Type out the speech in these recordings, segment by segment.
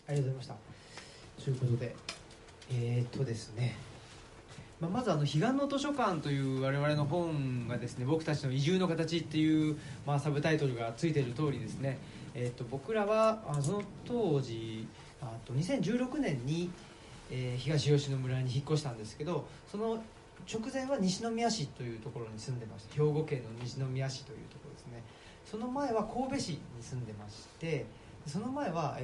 ありがとうございました。ということでですね、まず彼岸の図書館という我々の本がですね、僕たちの移住の形っていう、サブタイトルがついている通りですね、僕らはその当時2016年に、東吉野村に引っ越したんですけど、その直前は西宮市というところに住んでました。兵庫県の西宮市というところですね。その前は神戸市に住んでまして、その前は、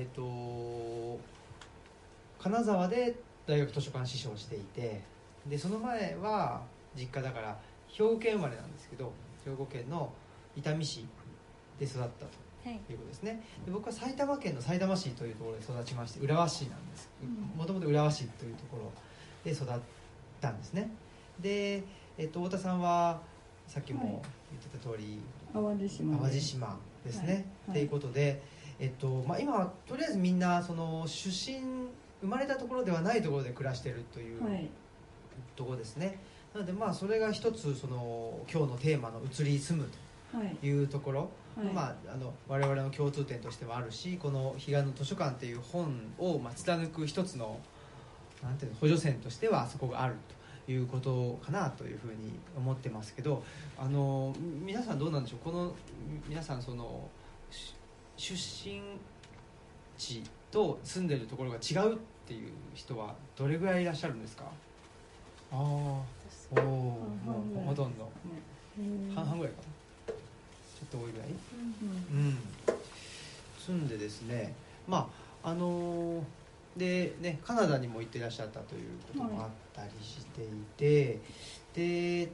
金沢で大学図書館司書をしていて、でその前は実家だから兵庫県生まれなんですけど、兵庫県の伊丹市で育ったということですね。で僕は埼玉県のさいたま市というところで育ちまして、浦和市なんです。もともと浦和市というところで育ったんですね。で、太田さんはさっきも言ってた通り、淡路島ですね、ということで、今とりあえずみんなその出身生まれたところではないところで暮らしているという、ところですね。なのでそれが一つその今日のテーマの移り住むというところ、我々の共通点としてはあるし、この彼岸の図書館という本を貫く一つのなんていうの補助線としてはそこがあるということかなというふうに思ってますけど、皆さんどうなんでしょう。この皆さんその出身地と住んでるところが違うっていう人はどれぐらいいらっしゃるんですか？もうほとんど半々ぐらいかな、ちょっと多いぐらい、住んでですね、でね、カナダにも行っていらっしゃったということもあったりしていて、で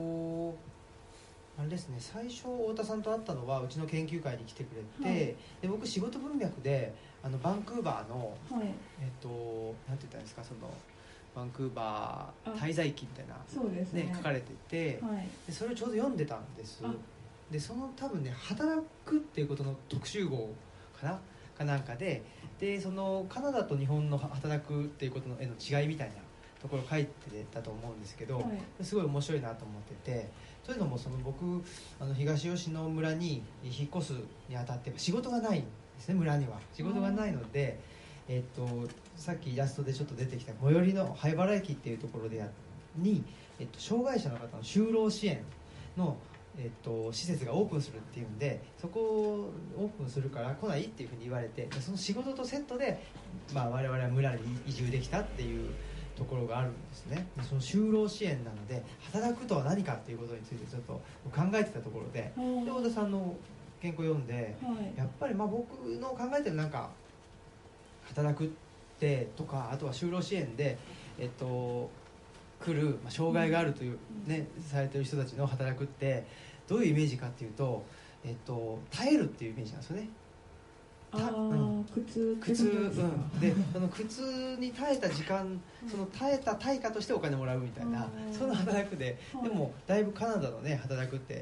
あれですね、最初太田さんと会ったのはうちの研究会に来てくれて、で僕仕事文脈でバンクーバーの、なんて言ったらいいですか、そのバンクーバー滞在記みたいな、書かれてて、でそれをちょうど読んでたんです。でその多分ね、働くっていうことの特集号かなんかで、そのカナダと日本の働くっていうことのへの違いみたいなところを書いてたと思うんですけど、すごい面白いなと思ってて、というのもその僕東吉野村に引っ越すにあたって仕事がないんですね。村には仕事がないので、さっきイラストでちょっと出てきた最寄りの灰原駅っていうところでに、障害者の方の就労支援の、施設がオープンするっていうんで、そこをオープンするから来ないっていうふうに言われて、その仕事とセットで、我々は村に移住できたっていうところがあるんですね。その就労支援なので、働くとは何かっていうことについてちょっと考えてたところで、太田さんの原稿を読んで、やっぱり僕の考えてるなんか働くってとか、あとは就労支援で来る、障害があるという、されてる人たちの働くってどういうイメージかっていうと、耐えるっていうイメージなんですよね。苦痛、でその苦痛に耐えた時間、その耐えた対価としてお金もらうみたいな、その働くで、でもだいぶカナダのね、働くって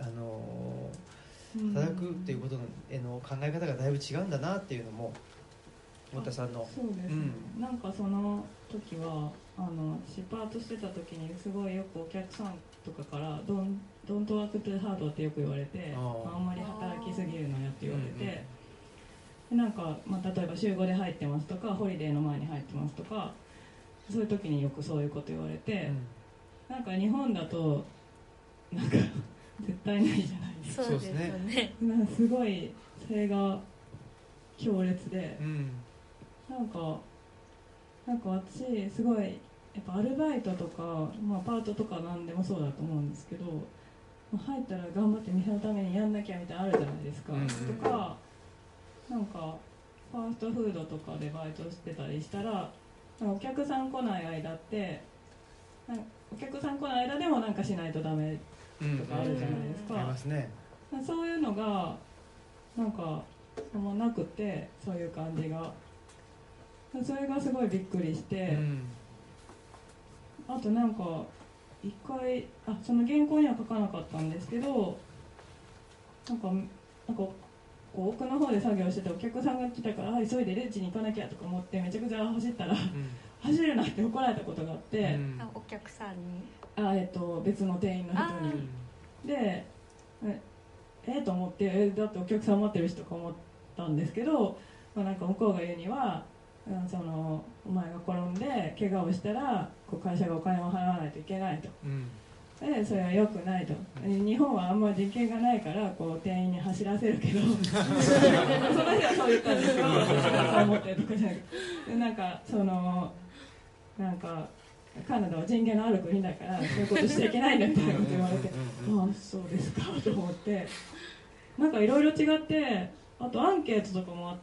働くっていうことへの考え方がだいぶ違うんだなっていうのも太田さんの。 そうですね、なんかその時はシパートしてた時にすごいよくお客さんとかから「ドントワークトゥーハード」ってよく言われて、あんまり働きすぎるのよって言われて、なんか、例えば週5で入ってますとかホリデーの前に入ってますとか、そういう時によくそういうこと言われて、なんか日本だとなんか絶対ないじゃないですか。 そうですよね。 なんかすごいそれが強烈で、なんか私すごいやっぱアルバイトとか、パートとか何でもそうだと思うんですけど、入ったら頑張って店のためにやんなきゃみたいなのあるじゃないですか、とか、なんかファーストフードとかでバイトしてたりしたら、お客さん来ない間ってお客さん来ない間でもなんかしないとダメとかあるじゃないですか。 ありますね。 そういうのがなんかなくて、そういう感じが、それがすごいびっくりして、あとなんか一回その原稿には書かなかったんですけど、なんかこう奥の方で作業しててお客さんが来たから急いでレジに行かなきゃとか思ってめちゃくちゃ走ったら、走るなって怒られたことがあって、 お客さんに別の店員の人に。でと思って、だってお客さん待ってるしとか思ったんですけど、 なんか向こうが言うには、そのお前が転んで怪我をしたらこう会社がお金を払わないといけないと、でそれは良くないと、日本はあんまり人権がないからこう店員に走らせるけどその日はそう言ったんですけど私がそう思ってるとかじゃなくて、なんかそのなんかカナダは人権のある国だからそういうことしちゃいけないんだみたいなこと言われてああそうですかと思って、なんかいろいろ違って、あとアンケートとかもあって、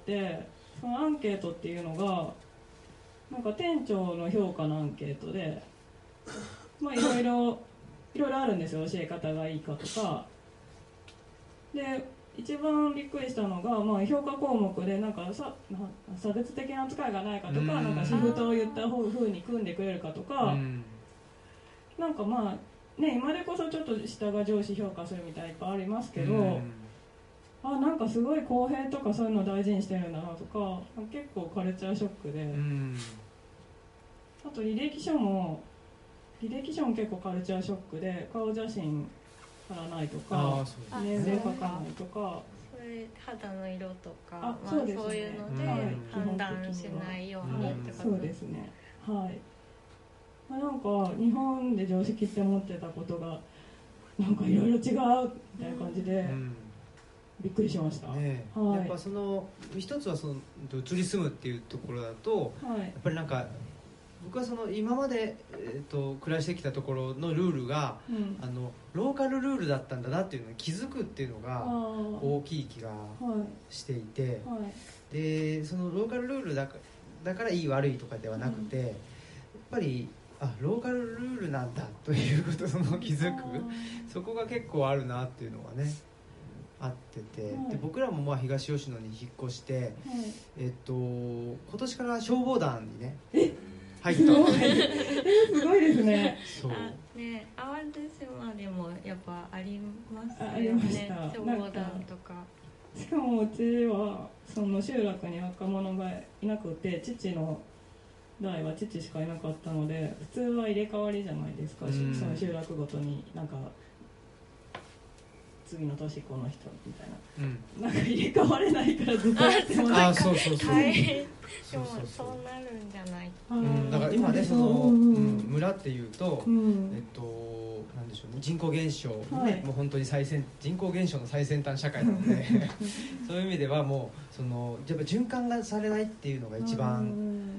そのアンケートっていうのがなんか店長の評価のアンケートで、まあいろいろあるんですよ。教え方がいいかとかで、一番びっくりしたのが、まあ、評価項目でなんか差別的な扱いがないかとか、なんかシフトを言った風に組んでくれるかとか、なんかまあね、今でこそちょっと下が上司評価するみたいないっぱいありますけど、なんかすごい公平とかそういうのを大事にしてるんだなとか、結構カルチャーショックで、あと履歴書も結構カルチャーショックで、顔写真貼らないとか、年齢書かないとか、 それ肌の色とか、 そういうので判断しないようにってこと。 そうですね。はい。なんか日本で常識って思ってたことがなんかいろいろ違うみたいな感じで、びっくりしました。 ね、やっぱその一つはその移り住むっていうところだと、やっぱりなんか僕はその今まで、暮らしてきたところのルールが、ローカルルールだったんだなっていうのに気づくっていうのが大きい気がしていて、でそのローカルルールだからいい悪いとかではなくて、やっぱりローカルルールなんだということその気づく、そこが結構あるなっていうのがねあってて、で僕らもまあ東吉野に引っ越して、今年から消防団にね入ったのすごいですね。 そうね、淡路島でもやっぱありますよね。 ありました。 消防団とか。 しかもうちはその集落に若者がいなくて、父の代は父しかいなかったので、普通は入れ替わりじゃないですか。その集落ごとになんか次の年この人みたいな、なんか入れ替われないからずっとやってもらって、 そう大変。でもそうなるんじゃない。 だから今ねその、村っていうと、なんでしょうね、人口減少ね、もう本当に人口減少の最先端社会なのでそういう意味ではもうそのやっぱ循環がされないっていうのが一番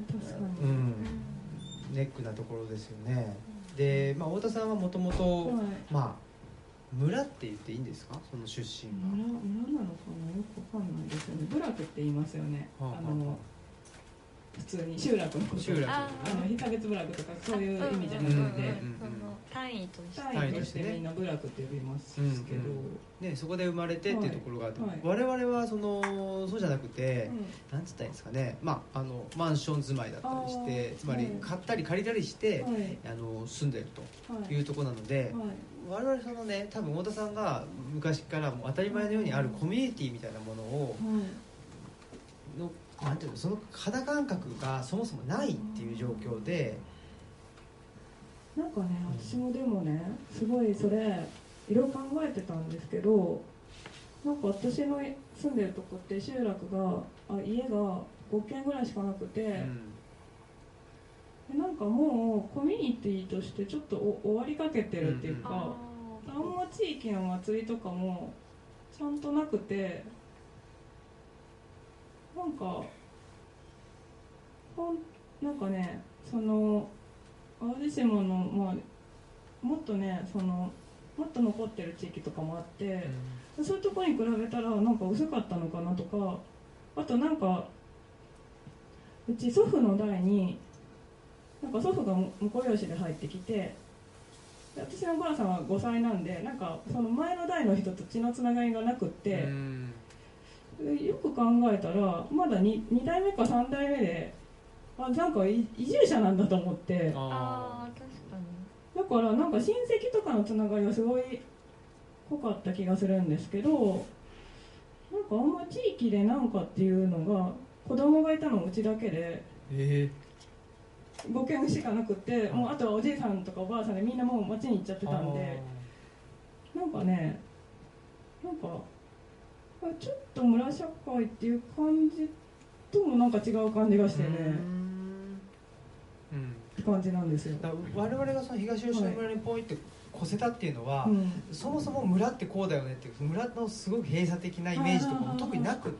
ネックなところですよね。で、太田さんはもともと村って言っていいんですか、その出身が。 村なのかな、よくわかんないですよね。部落って言いますよね。普通に集落のこと、被差別部落とかそういう意味じゃなくて、 単位としてみんな部落って呼びますけど、 そこで生まれてっていうところがあって、我々はそうじゃなくて、なんつったらいいんですかね、マンション住まいだったりして、つまり買ったり借りたりして住んでるというところなので、我々そのね、多分太田さんが昔からもう当たり前のようにあるコミュニティみたいなものをなんていうの、その肌感覚がそもそもないっていう状況で、 なんかね、私もでもね、すごいそれいろいろ考えてたんですけど、なんか私の住んでるとこって集落が家が5軒ぐらいしかなくて、でなんかもうコミュニティとしてちょっと終わりかけてるっていうか、あんま地域の祭りとかもちゃんとなくて、なんかね、その淡路島の、もっとね、もっと残ってる地域とかもあって、そういうところに比べたらなんか薄かったのかなとか、あとなんかうち祖父の代になんか祖父が婿養子で入ってきて、私のおばあさんは5歳なんで、なんかその前の代の人と血のつながりがなくって、よく考えたらまだ 2代目か3代目で、なんか移住者なんだと思って、 確かに。 だからなんか親戚とかのつながりはすごい濃かった気がするんですけど、なんかあんま地域でなんかっていうのが、子供がいたのうちだけで、5軒しかなくて、もうあとはおじいさんとかおばあさんでみんなもう町に行っちゃってたんで、なんかね、なんかちょっと村社会っていう感じなんか違う感じがしてね、って感じなんですよ。 我々がその東吉野村にポイって越せたっていうのは、そもそも村ってこうだよねっていう村のすごく閉鎖的なイメージとかも特になくって、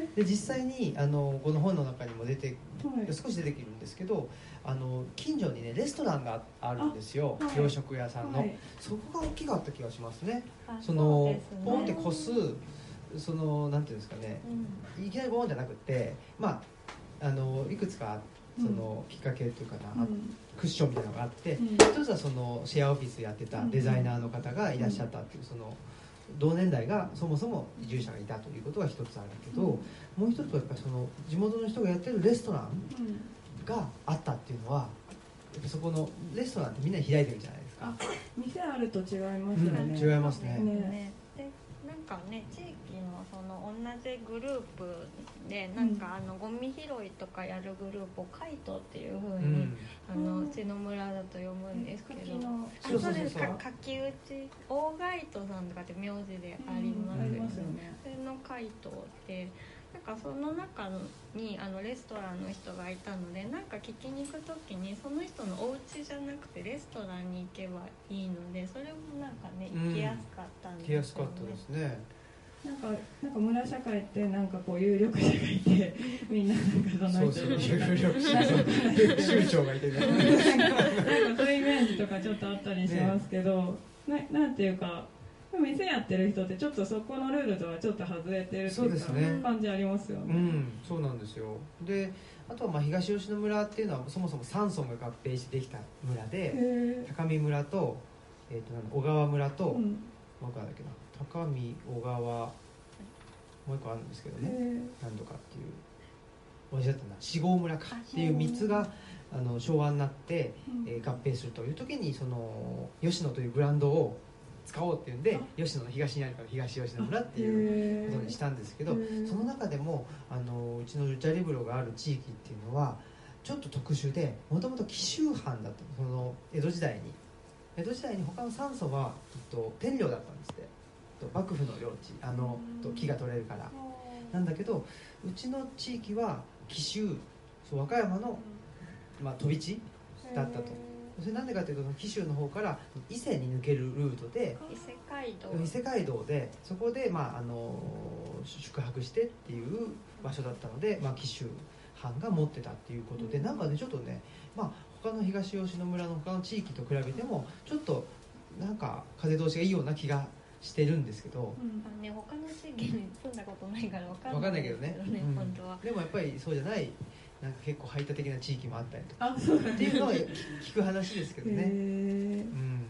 で実際にこの本の中にも少し出てくるんですけど、近所にねレストランがあるんですよ、洋食屋さんの、そこが大きかった気がしますね。そのポンって越すそのなんていうんですかね、いきなりボーンじゃなくて、いくつかそのきっかけというかな、クッションみたいなのがあって、一つはそのシェアオフィスやってたデザイナーの方がいらっしゃったっていう、その同年代がそもそも移住者がいたということが一つあるけど、もう一つはやっぱりその地元の人がやってるレストランがあったっていうのは、やっぱそこのレストランってみんな開いてるじゃないですか。 店あると違いますよね。 違いますね。 でなんかね、地域のその同じグループでなんかゴミ拾いとかやるグループをカイトっていう風にうちの村だと読むんですけど、そうですか、柿内大ガイトさんとかって名字でありますよね。それのカイトってなんかその中にレストランの人がいたので、なんか聞きに行く時にその人のお家じゃなくてレストランに行けばいいので、それもなんかね行きやすかったんですよね。 行きやすかったですね。 なんか村社会ってなんかこう有力者がいてみんななんかその人有力者州長がいてねなんかそういうイメージとかちょっとあったりしますけど、なんていうか店やってる人ってちょっとそこのルールとはちょっと外れてるっていう感じありますよね。 そうなんですよ。であとは東吉野村っていうのはそもそも3村が合併してできた村で、高見村と、小川村と、もう一個なんだっけな、高見小川もう一個あるんですけどね、何度かっていう同じだったな、四郷村かっていう3つが昭和になって、合併するという時にその吉野というブランドを使おうっていうんで、吉野の東にあるから東吉野村っていうことにしたんですけど、その中でもうちのルチャリブロがある地域っていうのはちょっと特殊で、もともと紀州藩だった、その江戸時代に他の3村は、天領だったんですって、幕府の領地木が取れるからなんだけど、うちの地域は紀州、和歌山の、飛び地だったと。それなんでかというと、紀州の方から伊勢に抜けるルートで伊勢街道でそこで、宿泊してっていう場所だったので、紀州藩が持ってたっていうことで、なんかねちょっとね、他の東吉野村の他の地域と比べてもちょっとなんか風通しがいいような気がしてるんですけど、 他の地域に住んだことないから分かんないけどね、 本当は。 でもやっぱりそうじゃない、なんか結構排他的な地域もあったりとかっていうのは聞く話ですけどね。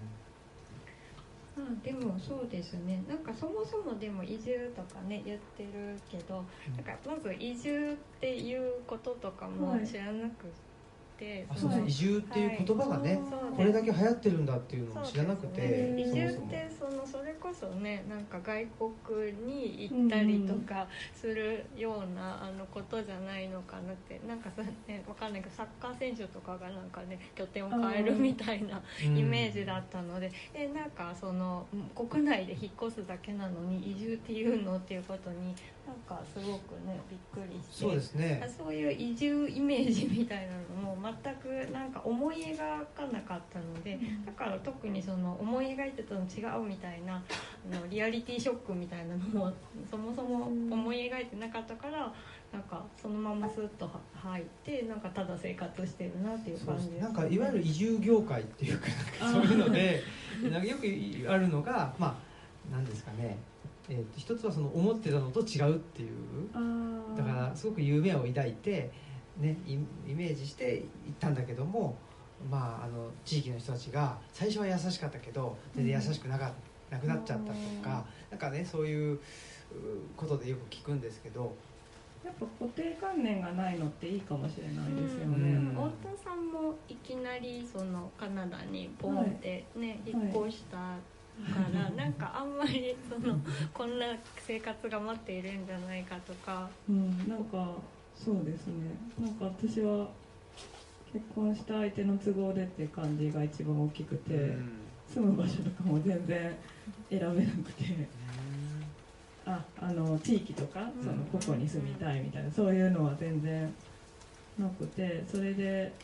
でもそうですね、なんかそもそもでも移住とかね言ってるけど、なんかまず移住っていうこととかも知らなくて、 そうですね、移住っていう言葉がね、これだけ流行ってるんだっていうのを知らなくて、 移住ってそれこそね、なんか外国に行ったりとかするようなことじゃないのかなって、なんかね、分かんないけどサッカー選手とかがなんかね拠点を変えるみたいなイメージだったので、なんかその国内で引っ越すだけなのに移住っていうのっていうことになんかすごくねびっくりして、 そうですね、 そういう移住イメージみたいなのも全くなんか思い描かなかったので、だから特にその思い描いてたの違うみたいなリアリティショックみたいなのもそもそも思い描いてなかったから、なんかそのままスッと入ってなんかただ生活してるなっていう感じです、ね、 なんかいわゆる移住業界っていうか、そういうのでなんかよくあるのが、なんですかね、一つはその思ってたのと違うっていう、だからすごく夢を抱いて、ね、イメージして行ったんだけども、地域の人たちが最初は優しかったけど全然優しくなくなっちゃったとか、なんかねそういうことでよく聞くんですけど、 やっぱ固定観念がないのっていいかもしれないですよね。 太田さんもいきなりそのカナダにポンってね、引っ越したからなんかあんまりそのこんな生活が待っているんじゃないかとか、 なんかそうですね、なんか私は結婚した相手の都合でっていう感じが一番大きくて、住む場所とかも全然選べなくて、 地域とかここに住みたいみたいなそういうのは全然なくて、それで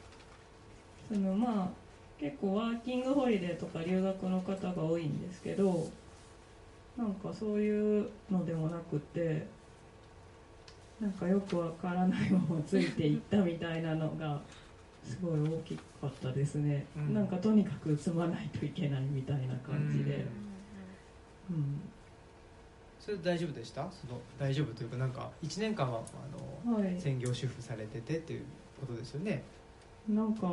結構ワーキングホリデーとか留学の方が多いんですけど、なんかそういうのでもなくて、なんかよくわからないままついていったみたいなのがすごい大きかったですね、なんかとにかく住まないといけないみたいな感じで、 それ大丈夫でした？大丈夫というか、なんか1年間は専業主婦されててっていうことですよね。 なんか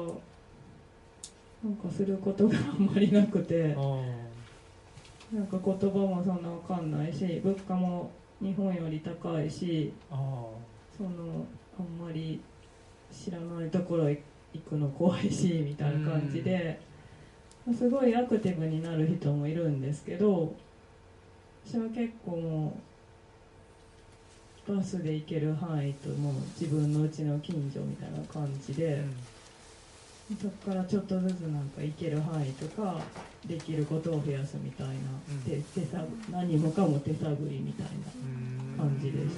することがあんまりなくて、なんか言葉もそんなわかんないし、物価も日本より高いし、あんまり知らないところ行くの怖いしみたいな感じで、すごいアクティブになる人もいるんですけど、私は結構もうバスで行ける範囲ともう自分の家の近所みたいな感じで、そこからちょっとずつなんか行ける範囲とかできることを増やすみたいな、何もかも手探りみたいな感じでした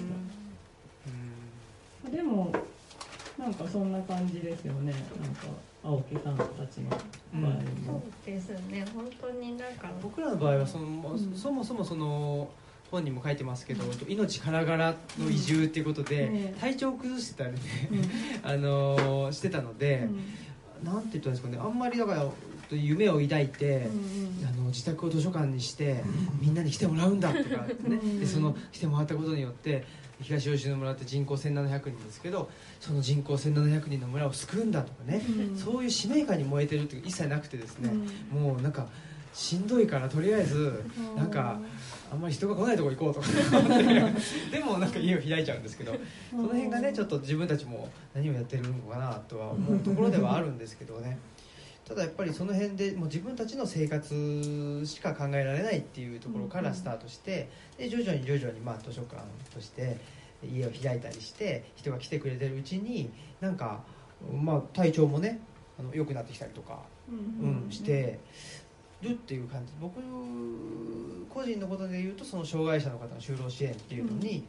。でもなんかそんな感じですよね、なんか青木さんたちの場合も、 そうですね、本当になんか僕らの場合はそもそも本にも書いてますけど、命からがらの移住っていうことで、体調を崩してたりね、してたので、なんて言ったんですかね、あんまりだから夢を抱いて、自宅を図書館にしてみんなに来てもらうんだとか、ね、で来てもらったことによって東吉野村って人口1700人ですけど、その人口1700人の村を救うんだとかね、そういう使命感に燃えてるって一切なくてですね、もうなんかしんどいからとりあえずなんかあんまり人が来ないとこ行こうとかでもなんか家を開いちゃうんですけど、その辺がねちょっと自分たちも何をやってるのかなとは思うところではあるんですけどね。ただやっぱりその辺でもう自分たちの生活しか考えられないっていうところからスタートして、で徐々に図書館として家を開いたりして人が来てくれてるうちに、なんか体調もね良くなってきたりとか、してるっていう感じ。僕個人のことで言うと、その障害者の方の就労支援っていうのに、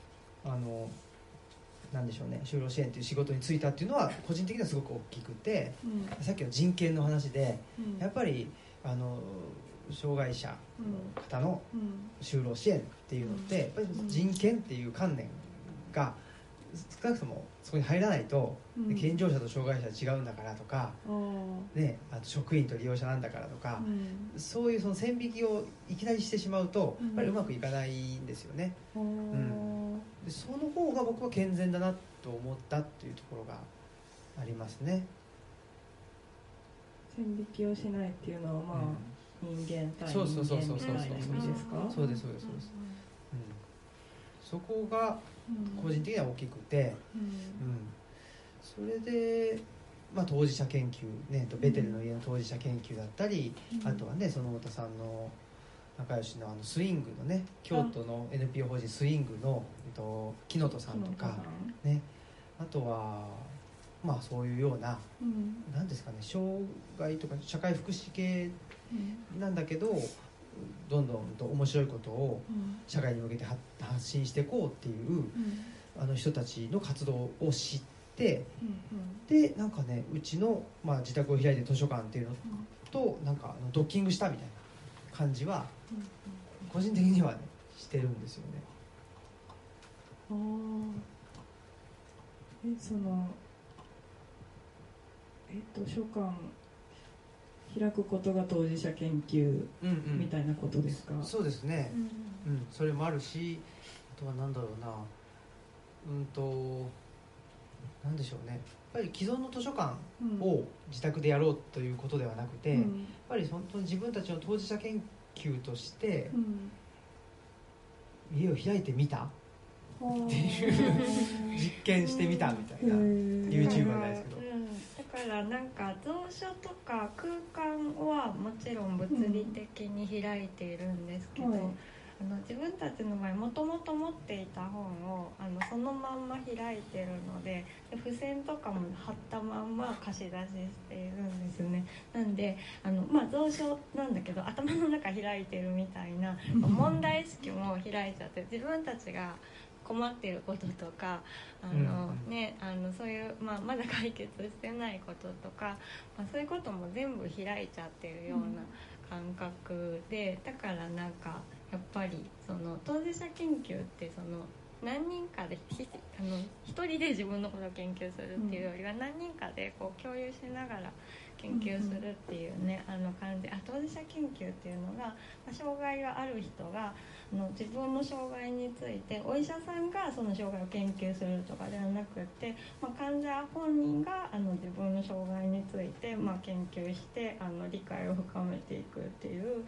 なんでしょうね、就労支援っていう仕事に就いたっていうのは個人的にはすごく大きくて、さっきの人権の話で、やっぱり障害者の方の就労支援っていうのって、やっぱり人権っていう観念が少なくともそこに入らないと、健常者と障害者は違うんだからとか、あと職員と利用者なんだからとか、そういうその線引きをいきなりしてしまうとやっぱりうまくいかないんですよね。でその方が僕は健全だなと思ったっていうところがありますね。 線引きをしないっていうのは人間対人間みたいな意味ですか？ そうです。そこが個人的には大きくて、それで、当事者研究、ベテルの家の当事者研究だったり、あとはねその太田さんの仲良しのスイングのね、京都の NPO 法人スイングの木本さんとかね、あとはそういうような、なんですかね、障害とか社会福祉系なんだけど、どんどんと面白いことを社会に向けて発信していこうっていう、人たちの活動を知って、でなんかね、うちの、自宅を開いて図書館っていうのとなんかドッキングしたみたいな感じは、個人的にはねしてるんですよね。 図書館開くことが当事者研究みたいなことですか？ そうですね、それもあるし、あとは何だろうな、なんでしょうね、やっぱり既存の図書館を自宅でやろうということではなくて、やっぱり本当に自分たちの当事者研究として家を開いてみたっていう実験してみたみたいな YouTuber なんですけど、 だからなんか蔵書とか空間はもちろん物理的に開いているんですけど、 自分たちの場合もともと持っていた本をそのまんま開いてるので、付箋とかも貼ったまんま貸し出ししているんですね。なんで蔵書なんだけど頭の中開いてるみたいな問題意識も開いちゃって、自分たちが困っていることとかそういう、まだ解決してないこととか、そういうことも全部開いちゃってるような感覚で、だからなんかやっぱりその当事者研究ってその何人かで一人で自分のことを研究するっていうよりは、何人かでこう共有しながら研究するっていうね、感じ。当事者研究っていうのが、障害がある人が自分の障害についてお医者さんがその障害を研究するとかではなくて、患者本人が自分の障害について研究して理解を深めていくっていう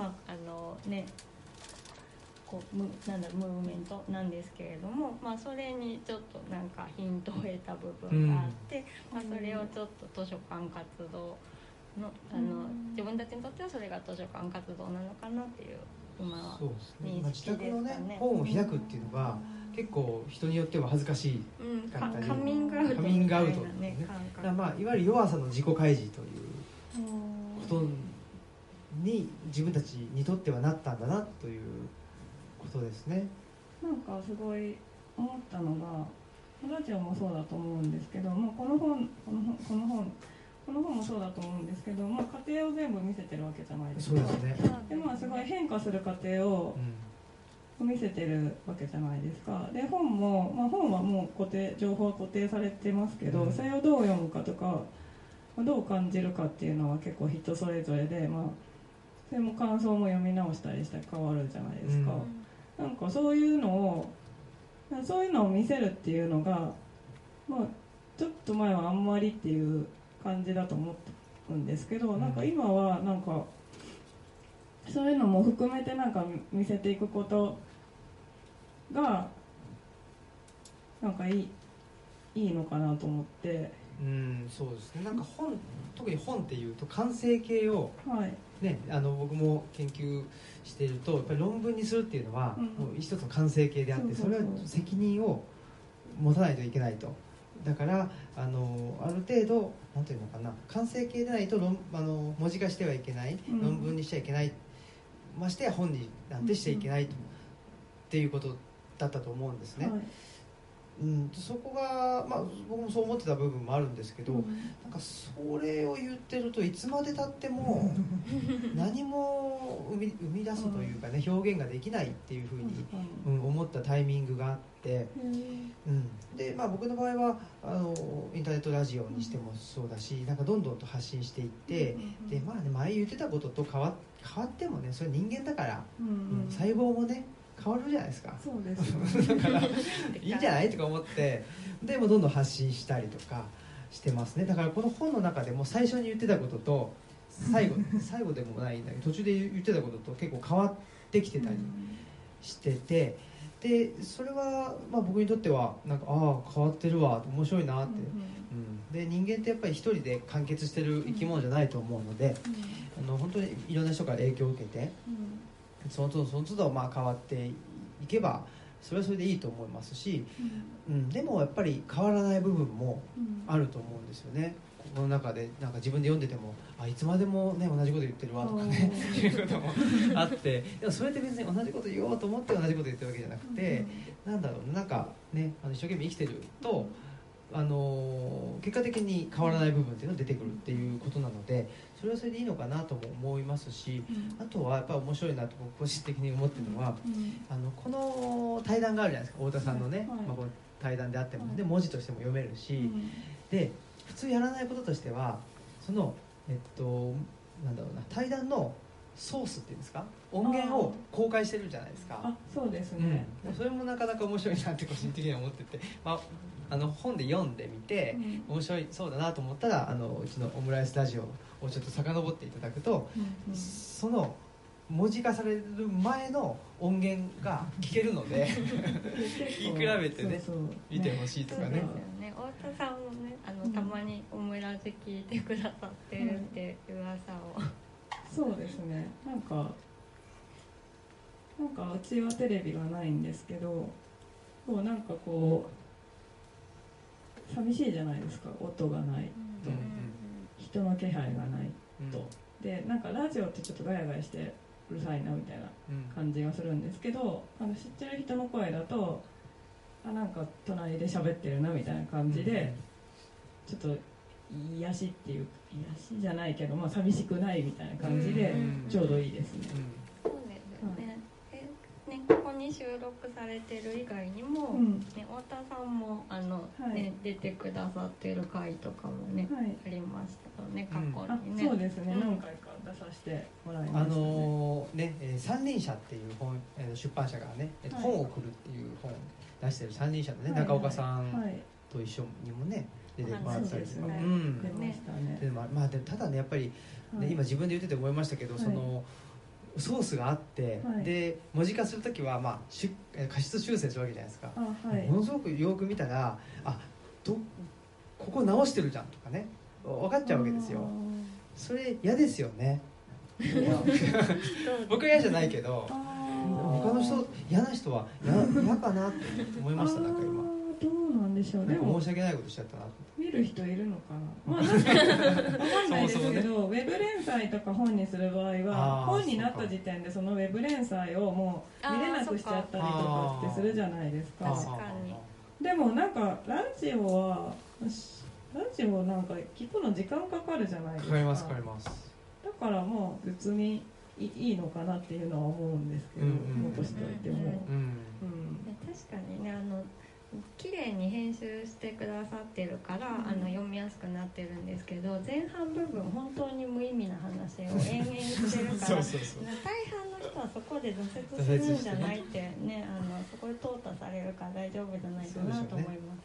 ムーブメントなんですけれども、それにちょっとなんかヒントを得た部分があって、それをちょっと図書館活動の自分たちにとってはそれが図書館活動なのかなっていう今は認識ですかね。 自宅のね本を開くっていうのが結構人によっては恥ずかしいかったり、 カミングアウトみたいなね感覚、 いわゆる弱さの自己開示ということに自分たちにとってはなったんだなということですね。 なんかすごい思ったのが、ラジオもそうだと思うんですけど、この本もそうだと思うんですけど、過程を全部見せてるわけじゃないですか。 そうですね。 ですごい変化する過程を見せてるわけじゃないですか。で本はもう情報は固定されてますけど、それをどう読むかとかどう感じるかっていうのは結構人それぞれで、それも感想も読み直したりして変わるじゃないですか。なんかそういうのを見せるっていうのが、ちょっと前はあんまりっていう感じだと思うんですけど、なんか今はなんかそういうのも含めてなんか見せていくことがなんかいいのかなと思って。 そうですね。なんか特に本っていうと完成形を、僕も研究しているとやっぱり論文にするっていうのは、もう一つの完成形であって、それは責任を持たないといけないと。だからある程度なんていうのかな、完成形でないと文字化してはいけない、論文にしちゃいけない、ましてや本になんてしちゃいけないっていうことだったと思うんですね。そこが、僕もそう思ってた部分もあるんですけど、なんかそれを言ってるといつまでたっても何も生み出すというかね、表現ができないっていうふうに、思ったタイミングがあって、で、僕の場合はインターネットラジオにしてもそうだし、なんかどんどんと発信していって、で前言ってたことと変わってもね、それ人間だから、細胞もね変わるじゃないですか。 そうです、 だからいいんじゃないとか思って、でもどんどん発信したりとかしてますね。だからこの本の中でも最初に言ってたことと最後でもないんだけど途中で言ってたことと結構変わってきてたりしてて、でそれは僕にとってはなんか変わってるわ、面白いなって、で人間ってやっぱり一人で完結してる生き物じゃないと思うので、本当にいろんな人から影響を受けて、その都度変わっていけばそれはそれでいいと思いますし、でもやっぱり変わらない部分もあると思うんですよね。この中でなんか自分で読んでてもいつまでも、ね、同じこと言ってるわとかねいうこともあって、でもそれって別に同じこと言おうと思って同じこと言ってるわけじゃなくて、なんだろう、なんかね一生懸命生きてると結果的に変わらない部分っていうのが出てくるっていうことなので、それはそれでいいのかなとも思いますし、あとはやっぱり面白いなと僕個人的に思ってるのは、この対談があるじゃないですか、太田さんのね、この対談であっても、で文字としても読めるし、で普通やらないこととしてはそのなんだろうな、対談のソースっていうんですか、音源を公開してるじゃないですか。 そうですね、 それもなかなか面白いなって個人的には思ってて、本で読んでみて面白いそうだなと思ったらうちのオムライスラジオをちょっと遡っていただくと、その文字化される前の音源が聞けるので聞き比べてね見てほしいとかね。 太田さんもねたまにオムラジ聞いてくださってるって噂を、 そうですね、なんかなんかうちはテレビがないんですけど、こうなんかこう寂しいじゃないですか、音がないと、人の気配がないと、でなんかラジオってちょっとガヤガヤしてうるさいなみたいな感じがするんですけど、知ってる人の声だとなんか隣で喋ってるなみたいな感じで、ちょっと癒しっていう、癒しじゃないけど、まあ、寂しくないみたいな感じでちょうどいいですね。 そうですよね。ここに収録されてる以外にも、太田さんも出てくださってる回とかもね、ありましたよね、過去にね。 そうですね、何回か出させてもらいました三輪車っていう本、出版社がね、本を送るっていう本を出してる三輪車のね、中岡さんと一緒にもね出てもらったりとか、出ましたね。 まあでもただね、やっぱりね、今自分で言ってて思いましたけど、そのソースがあって、で文字化するときは、まあ、過失修正するわけじゃないですか。ものすごくよく見たら、ここ直してるじゃんとかね、分かっちゃうわけですよ。それ嫌ですよね。僕は嫌じゃないけど、他の人、嫌な人は嫌かなって思いました。なんか今どうなんでしょう。でも申し訳ないことしちゃったな。 見る人いるのかな。まあ確かに分かんないですけど、ウェブ連載とか本にする場合は、本になった時点でそのウェブ連載をもう見れなくしちゃったりとかってするじゃないですか。 確かに。 でもなんかラジオなんか聞くの時間かかるじゃないですか。 かかります。 だからもう別にいいのかなっていうのは思うんですけど、残しておいても。 確かにね、綺麗に編集してくださってるから、読みやすくなってるんですけど、前半部分本当に無意味な話を延々してるから大半の人はそこで挫折するんじゃないってね、そこで淘汰されるから大丈夫じゃないかなと思います。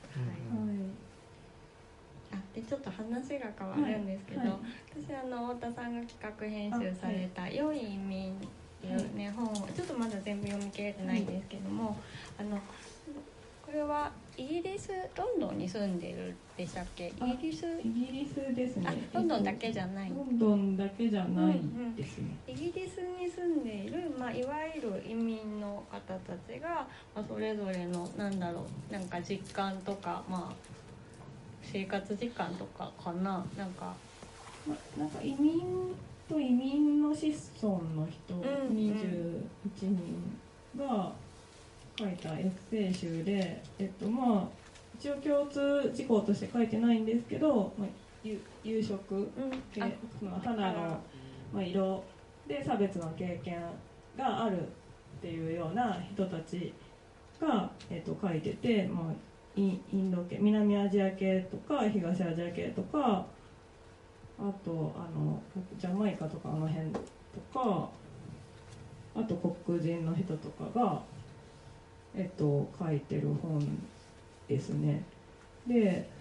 でちょっと話が変わるんですけど、私太田さんが企画編集された「良い移民」っていうね、本をちょっとまだ全部読み切れてないんですけども、これはイギリス、ロンドンに住んでるでしたっけ？イギリスですね。 ロンドンだけじゃない。 ロンドンだけじゃないですね。 イギリスに住んでいる、いわゆる移民の方たちが、それぞれのなんか実感とか、生活時間とかかな、なんか移民と移民の子孫の人21人が書いたエッセイ集で、一応共通事項として書いてないんですけど、有色系、肌の色で差別の経験があるっていうような人たちが、書いてて、インド系、南アジア系とか東アジア系とか、あとジャマイカとかあの辺とか、あと黒人の人とかが書いてる本ですね。で、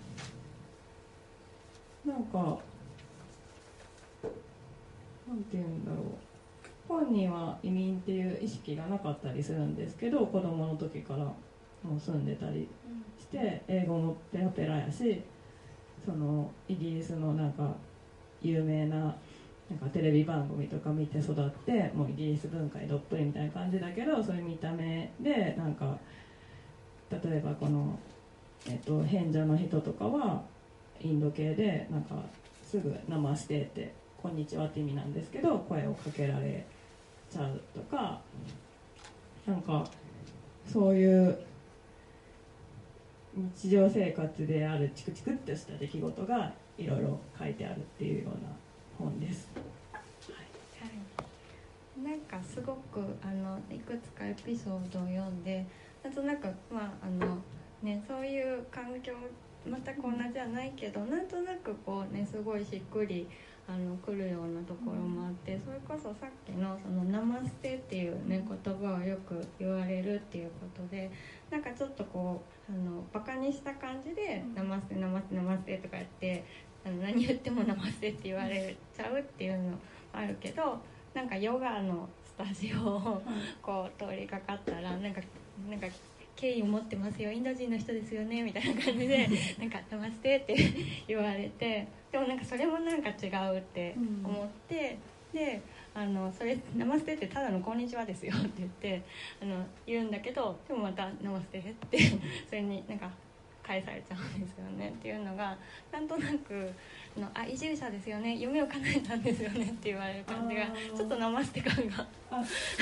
なんかなんていうんだろう、本には移民っていう意識がなかったりするんですけど、子供の時からもう住んでたりして、英語もペラペラやし、そのイギリスのなんか有名なテレビ番組とか見て育って、もうイギリス文化にどっぷりみたいな感じだけど、そういう見た目でなんか、例えばこの、変者の人とかはインド系で、なんかすぐナマステってこんにちはって意味なんですけど、声をかけられちゃうとか、なんかそういう日常生活であるチクチクっとした出来事がいろいろ書いてあるっていうような本です。 なんかすごくいくつかエピソードを読んで、なんとなくそういう環境全く同じじゃないけど、なんとなくこうね、すごいしっくり来るようなところもあって、それこそさっきのそのナマステっていうね言葉をよく言われるっていうことで、なんかちょっとこうバカにした感じでナマステナマステナマステとかやって何言ってもナマステって言われちゃうっていうのあるけど、なんかヨガのスタジオをこう通りかかったらなんか敬意を持ってますよ、インド人の人ですよねみたいな感じでなんかナマステって言われて、でもなんかそれもなんか違うって思って、 でそれナマステってただのこんにちはですよって言って言うんだけど、でもまたナマステってそれになんか返されちゃうんですよねっていうのが、なんとなく移住者ですよね、夢を叶えたんですよねって言われる感じがちょっとナマステ感がなんか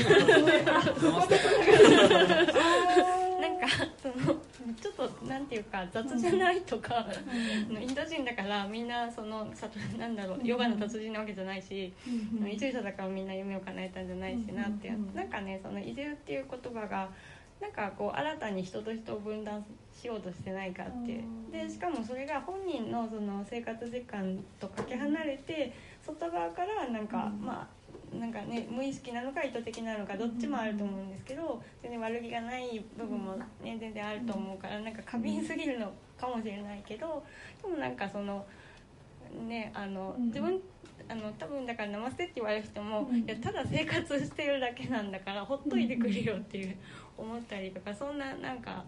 ちょっとなんていうか雑じゃないとか、インド人だからみんななんだろう、ヨガの達人なわけじゃないし、移住者だからみんな夢を叶えたんじゃないしなって、なんかね、その移住っていう言葉がなんかこう新たに人と人を分断しようとしてないかっていうで、しかもそれが本人のその生活時間とかけ離れて外側からなんかなんかね、無意識なのか意図的なのかどっちもあると思うんですけど、全然悪気がない部分もね全然あると思うから、なんか過敏すぎるのかもしれないけど、でもなんかそのね、自分多分だからナマステって言われる人も、いやただ生活してるだけなんだからほっといてくれよっていう思ったりとか、そんななんか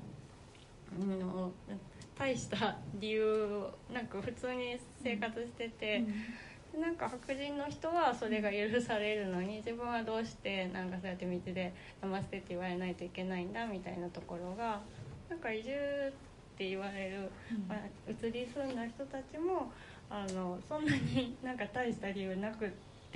大した理由なんか普通に生活してて、なんか白人の人はそれが許されるのに、自分はどうしてなんかそうやって道でナマステって言われないといけないんだみたいなところが、なんか移住って言われる、移り住んだ人たちもそんなになんか大した理由なくって、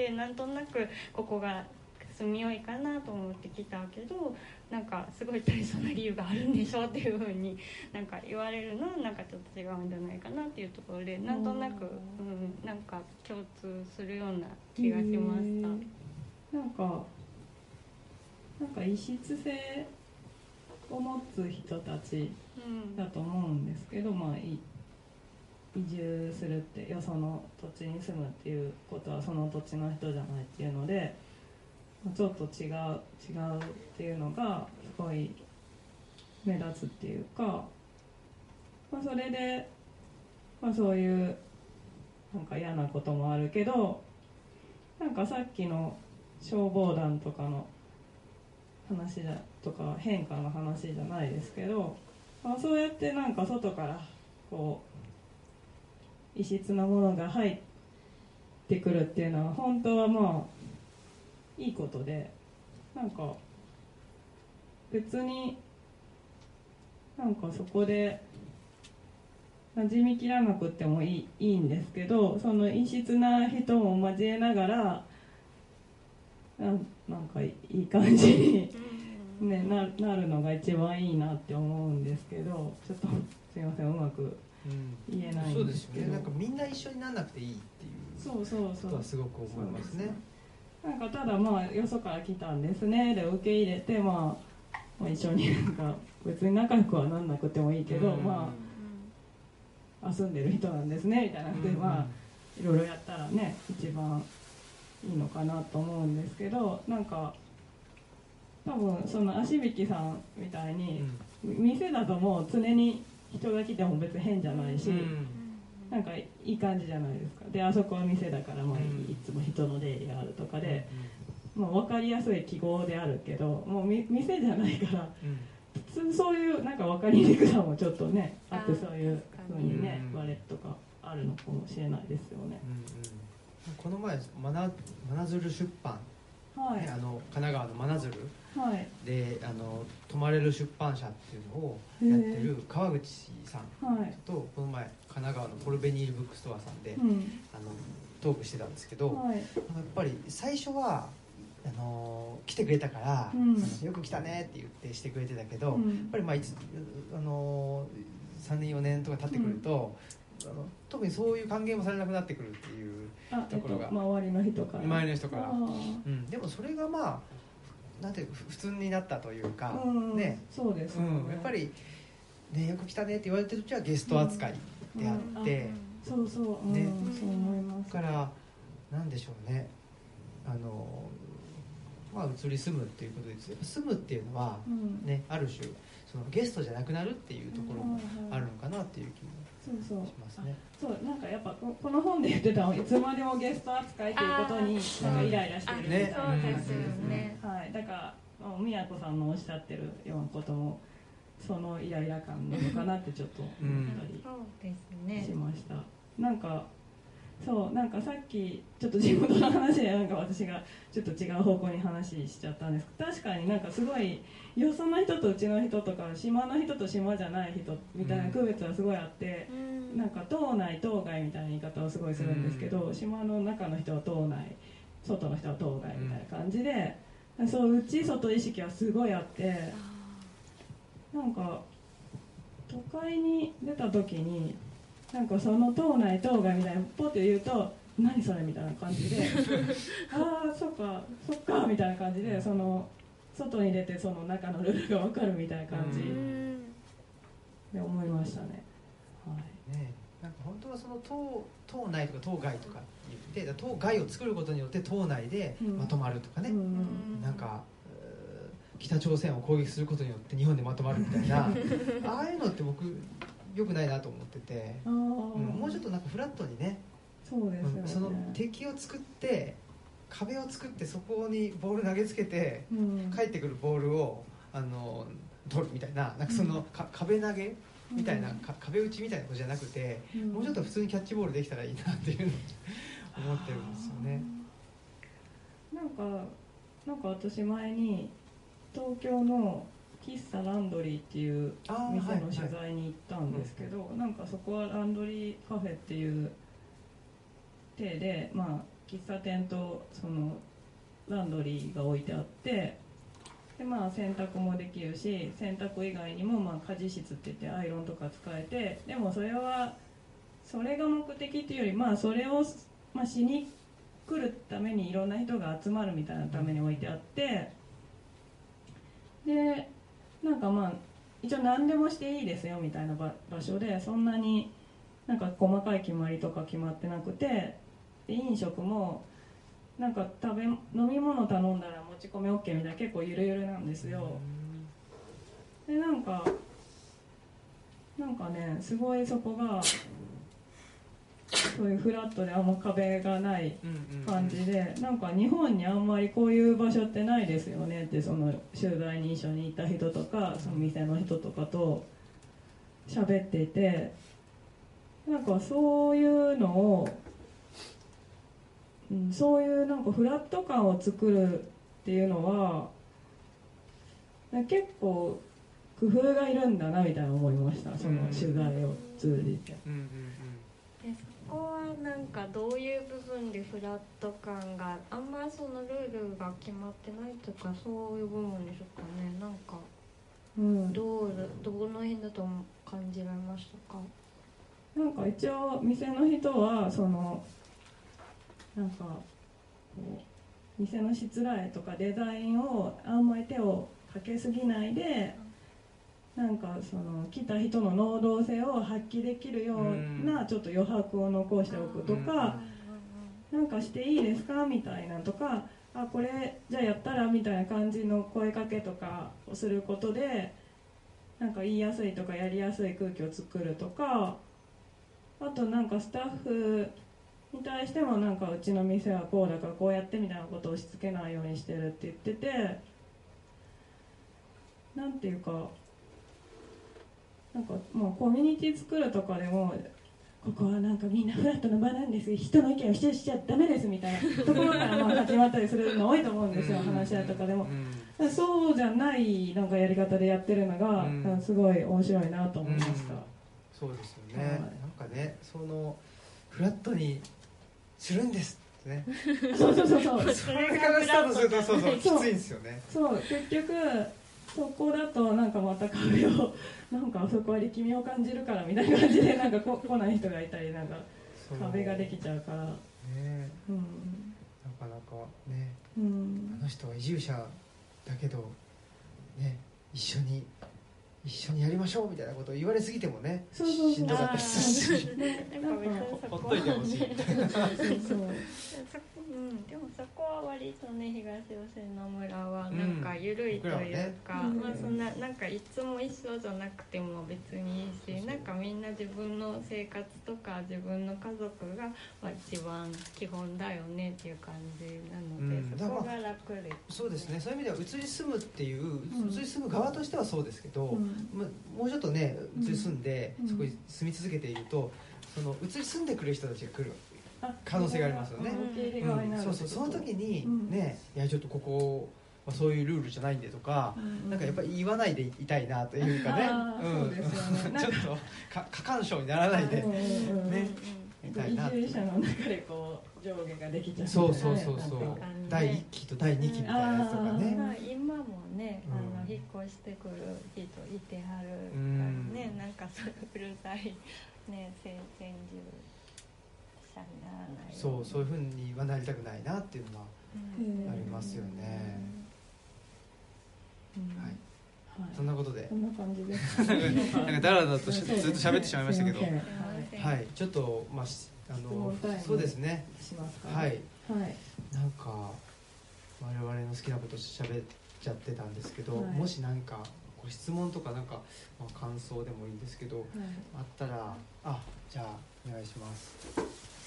なんとなくここが住みよいかなと思って来たけど、なんかすごい大層な理由があるんでしょっていう風になんか言われるのはなんかちょっと違うんじゃないかなっていうところで、なんとなく、なんか共通するような気がしました。 なんか異質性を持つ人たちだと思うんですけど、移住するってよその土地に住むっていうことはその土地の人じゃないっていうので、ちょっと違うっていうのがすごい目立つっていうか、それで、そういうなんか嫌なこともあるけど、なんかさっきの消防団とかの話とか変化の話じゃないですけど、そうやってなんか外からこう異質なものが入ってくるっていうのは本当はいいことで、なんか別になんかそこで馴染みきらなくてもいいんですけど、その異質な人も交えながらなんかいい感じに、ね、なるのが一番いいなって思うんですけど、ちょっとすいませんうまく言えないんですけど、 そうですよね、なんかみんな一緒にならなくていいっていうことはすごく思いますね。 なんかただよそから来たんですねで受け入れて、一緒になんか別に仲良くはなんなくてもいいけど、住んでる人なんですねみたいなので、いろいろやったらね一番いいのかなと思うんですけど、なんか多分その足引さんみたいに、店だともう常に人が来ても別に変じゃないし、なんかいい感じじゃないですか。であそこは店だから、いつも人の出入りがあるとかで、分かりやすい記号であるけど、もう店じゃないから、普通そういうなんか分かりにくさもちょっとねあって、そういう風にねバレとかあるのかもしれないですよね。 この前真鶴出版、神奈川の真鶴で泊まれる出版社っていうのをやってる川口さんとこの前神奈川のポルベニールブックストアさんで、トークしてたんですけど、やっぱり最初は来てくれたから、よく来たねって言ってしてくれてたけど、やっぱり3年4年とか経ってくると、特にそういう歓迎もされなくなってくるっていうところが、 周りの人からでもそれがなんて普通になったというか、 そうですね、 やっぱり、ね、よく来たねって言われてるうちはゲスト扱いであって、 そう思います。 だからなんでしょうね、移り住むっていうことです。住むっていうのは、ある種そのゲストじゃなくなるっていうところもあるのかなっていう気もしますね。 なんかやっぱこの本で言ってたのいつまでもゲスト扱いということになんかイライラしてるんですよね。だから宮子さんのおっしゃってるようなこともそのイライラ感なのかなってちょっと思ったりしました。なんかそうなんかさっきちょっと地元の話でなんか私がちょっと違う方向に話しちゃったんですけど、確かになんかすごいよその人とうちの人とか島の人と島じゃない人みたいな区別はすごいあって、なんか島内島外みたいな言い方をすごいするんですけど、島の中の人は島内、外の人は島外みたいな感じで、そう内外意識はすごいあって、なんか都会に出た時になんかその島内島外みたいなポッて言うと何それみたいな感じでああそっかそっかみたいな感じで、その外に出てその中のルールが分かるみたいな感じで思いましたね。はいね、なんか本当はその島内とか島外とか言って島外を作ることによって島内でまとまるとかね、なんか北朝鮮を攻撃することによって日本でまとまるみたいなああいうのって僕良くないなと思ってて、もうちょっとなんかフラットにね、 そうですよね、 その敵を作って壁を作ってそこにボール投げつけて、帰ってくるボールを取るみたいな、なんかその、壁投げみたいな、壁打ちみたいなことじゃなくて、もうちょっと普通にキャッチボールできたらいいなっていう思ってるんですよね。 なんか私前に東京の喫茶ランドリーっていう店の取材に行ったんですけど、なんかそこはランドリーカフェっていう体で、まあ、喫茶店とそのランドリーが置いてあって、で、まあ、洗濯もできるし、洗濯以外にも、まあ、家事室って言ってアイロンとか使えて、でもそれが目的っていうより、まあ、それを、まあ、しに来るためにいろんな人が集まるみたいなために置いてあって、でなんかまあ一応何でもしていいですよみたいな場所で、そんなになんか細かい決まりとか決まってなくて、で飲食もなんか飲み物頼んだら持ち込み OK みたいな、結構ゆるゆるなんですよ。でなんかね、すごいそこがそういうフラットであんま壁がない感じで、なんか日本にあんまりこういう場所ってないですよねって、その取材に一緒にいた人とかその店の人とかと喋っていて、なんかそういうのを、そういうなんかフラット感を作るっていうのは結構工夫がいるんだなみたいな思いました、その取材を通じて。 そこはなんかどういう部分でフラット感があんまそのルールが決まってないとか、そういう部分でしょうかね。なんか、どの辺だと感じられましたか？ なんか一応店の人はそのなんかこう店のしつらえとかデザインをあんまり手をかけすぎないで、なんかその来た人の能動性を発揮できるようなちょっと余白を残しておくとか、なんかしていいですかみたいなとか、あこれじゃあやったらみたいな感じの声かけとかをすることで、なんか言いやすいとかやりやすい空気を作るとか、あとなんかスタッフに対してもなんかうちの店はこうだからこうやってみたいなことを押し付けないようにしてるって言ってて、なんていうか、なんかもうコミュニティ作るとかでも、ここはなんかみんなフラットな場なんです、人の意見を否定しちゃダメですみたいなところからまあ始まったりするの多いと思うんですよ、話し合いとかでも。そうじゃないなんかやり方でやってるのが、すごい面白いなと思いました。 そうですよね、なんかね、そのフラットにするんですってねそうそれからスタートするときついんですよね。 そう結局そこだとなんかまた壁をなんかあそこは力みを感じるからみたいな感じでなんか来ない人がいたり、なんか壁ができちゃうからね、 なかなかね、あの人は移住者だけどね、一緒にやりましょうみたいなことを言われすぎてもね、しんどかったりするし、ほっといてほしいみたいな。 でもそこは割とね、東吉野村はなんか緩いというか、まあそんななんかいつも一緒じゃなくても別にいいし、なんかみんな自分の生活とか自分の家族が一番基本だよねっていう感じなので、そこが楽で、 そうですね。そういう意味では移り住むっていう、移り住む側としてはそうですけど、もうちょっとね移り住んでそこに住み続けていると、その移り住んでくる人たちが来る可能性がありますよね。そうそう、その時にね、いやちょっとここそういうルールじゃないんでとか、なんかやっぱり言わないでいたいなというかね、ちょっと過干渉にならないでね、 みたいな。移住者の中でこう上下ができちゃう。 そう第1期と第2期みたいなやつとかね。 今もね、引っ越してくる人いてはるからね、なんかうるさいね、先住者にならない。 そういうふうにはなりたくないなっていうのはありますよね。はい。そんなことで。 そんな感じです。 なんかだらだらとずっと喋ってしまいましたけど、はい、ちょっとそうですね。はい。なんか我々の好きなこと喋っちゃってたんですけど、もしなんかご質問とかなんか感想でもいいんですけど、あったら、じゃあお願いします。